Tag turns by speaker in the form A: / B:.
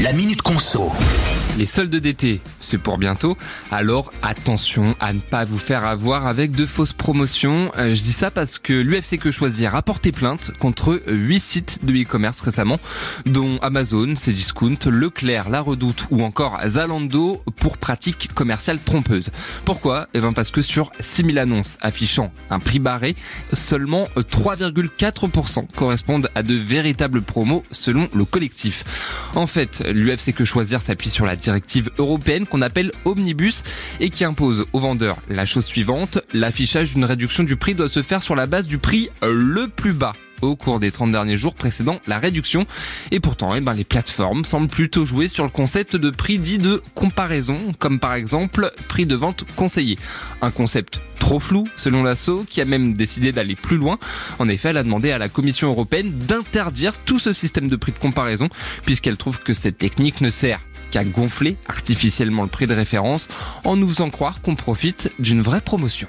A: La Minute Conso.
B: Les soldes d'été, c'est pour bientôt, alors attention à ne pas vous faire avoir avec de fausses promotions. Je dis ça parce que l'UFC Que Choisir a porté plainte contre 8 sites de e-commerce récemment, dont Amazon, Cdiscount, Leclerc, La Redoute ou encore Zalando pour pratiques commerciales trompeuses. Pourquoi ? Parce que sur 6000 annonces affichant un prix barré, seulement 3,4% correspondent à de véritables promos selon le collectif. En fait, l'UFC Que Choisir s'appuie sur la directive européenne qu'on appelle Omnibus et qui impose aux vendeurs la chose suivante: l'affichage d'une réduction du prix doit se faire sur la base du prix le plus bas au cours des 30 derniers jours précédant la réduction. Et pourtant, les plateformes semblent plutôt jouer sur le concept de prix dit de comparaison, comme par exemple prix de vente conseillé. Un concept trop flou selon l'ASSO, qui a même décidé d'aller plus loin. En effet, elle a demandé à la Commission européenne d'interdire tout ce système de prix de comparaison, puisqu'elle trouve que cette technique ne sert qu'à gonfler artificiellement le prix de référence en nous faisant croire qu'on profite d'une vraie promotion.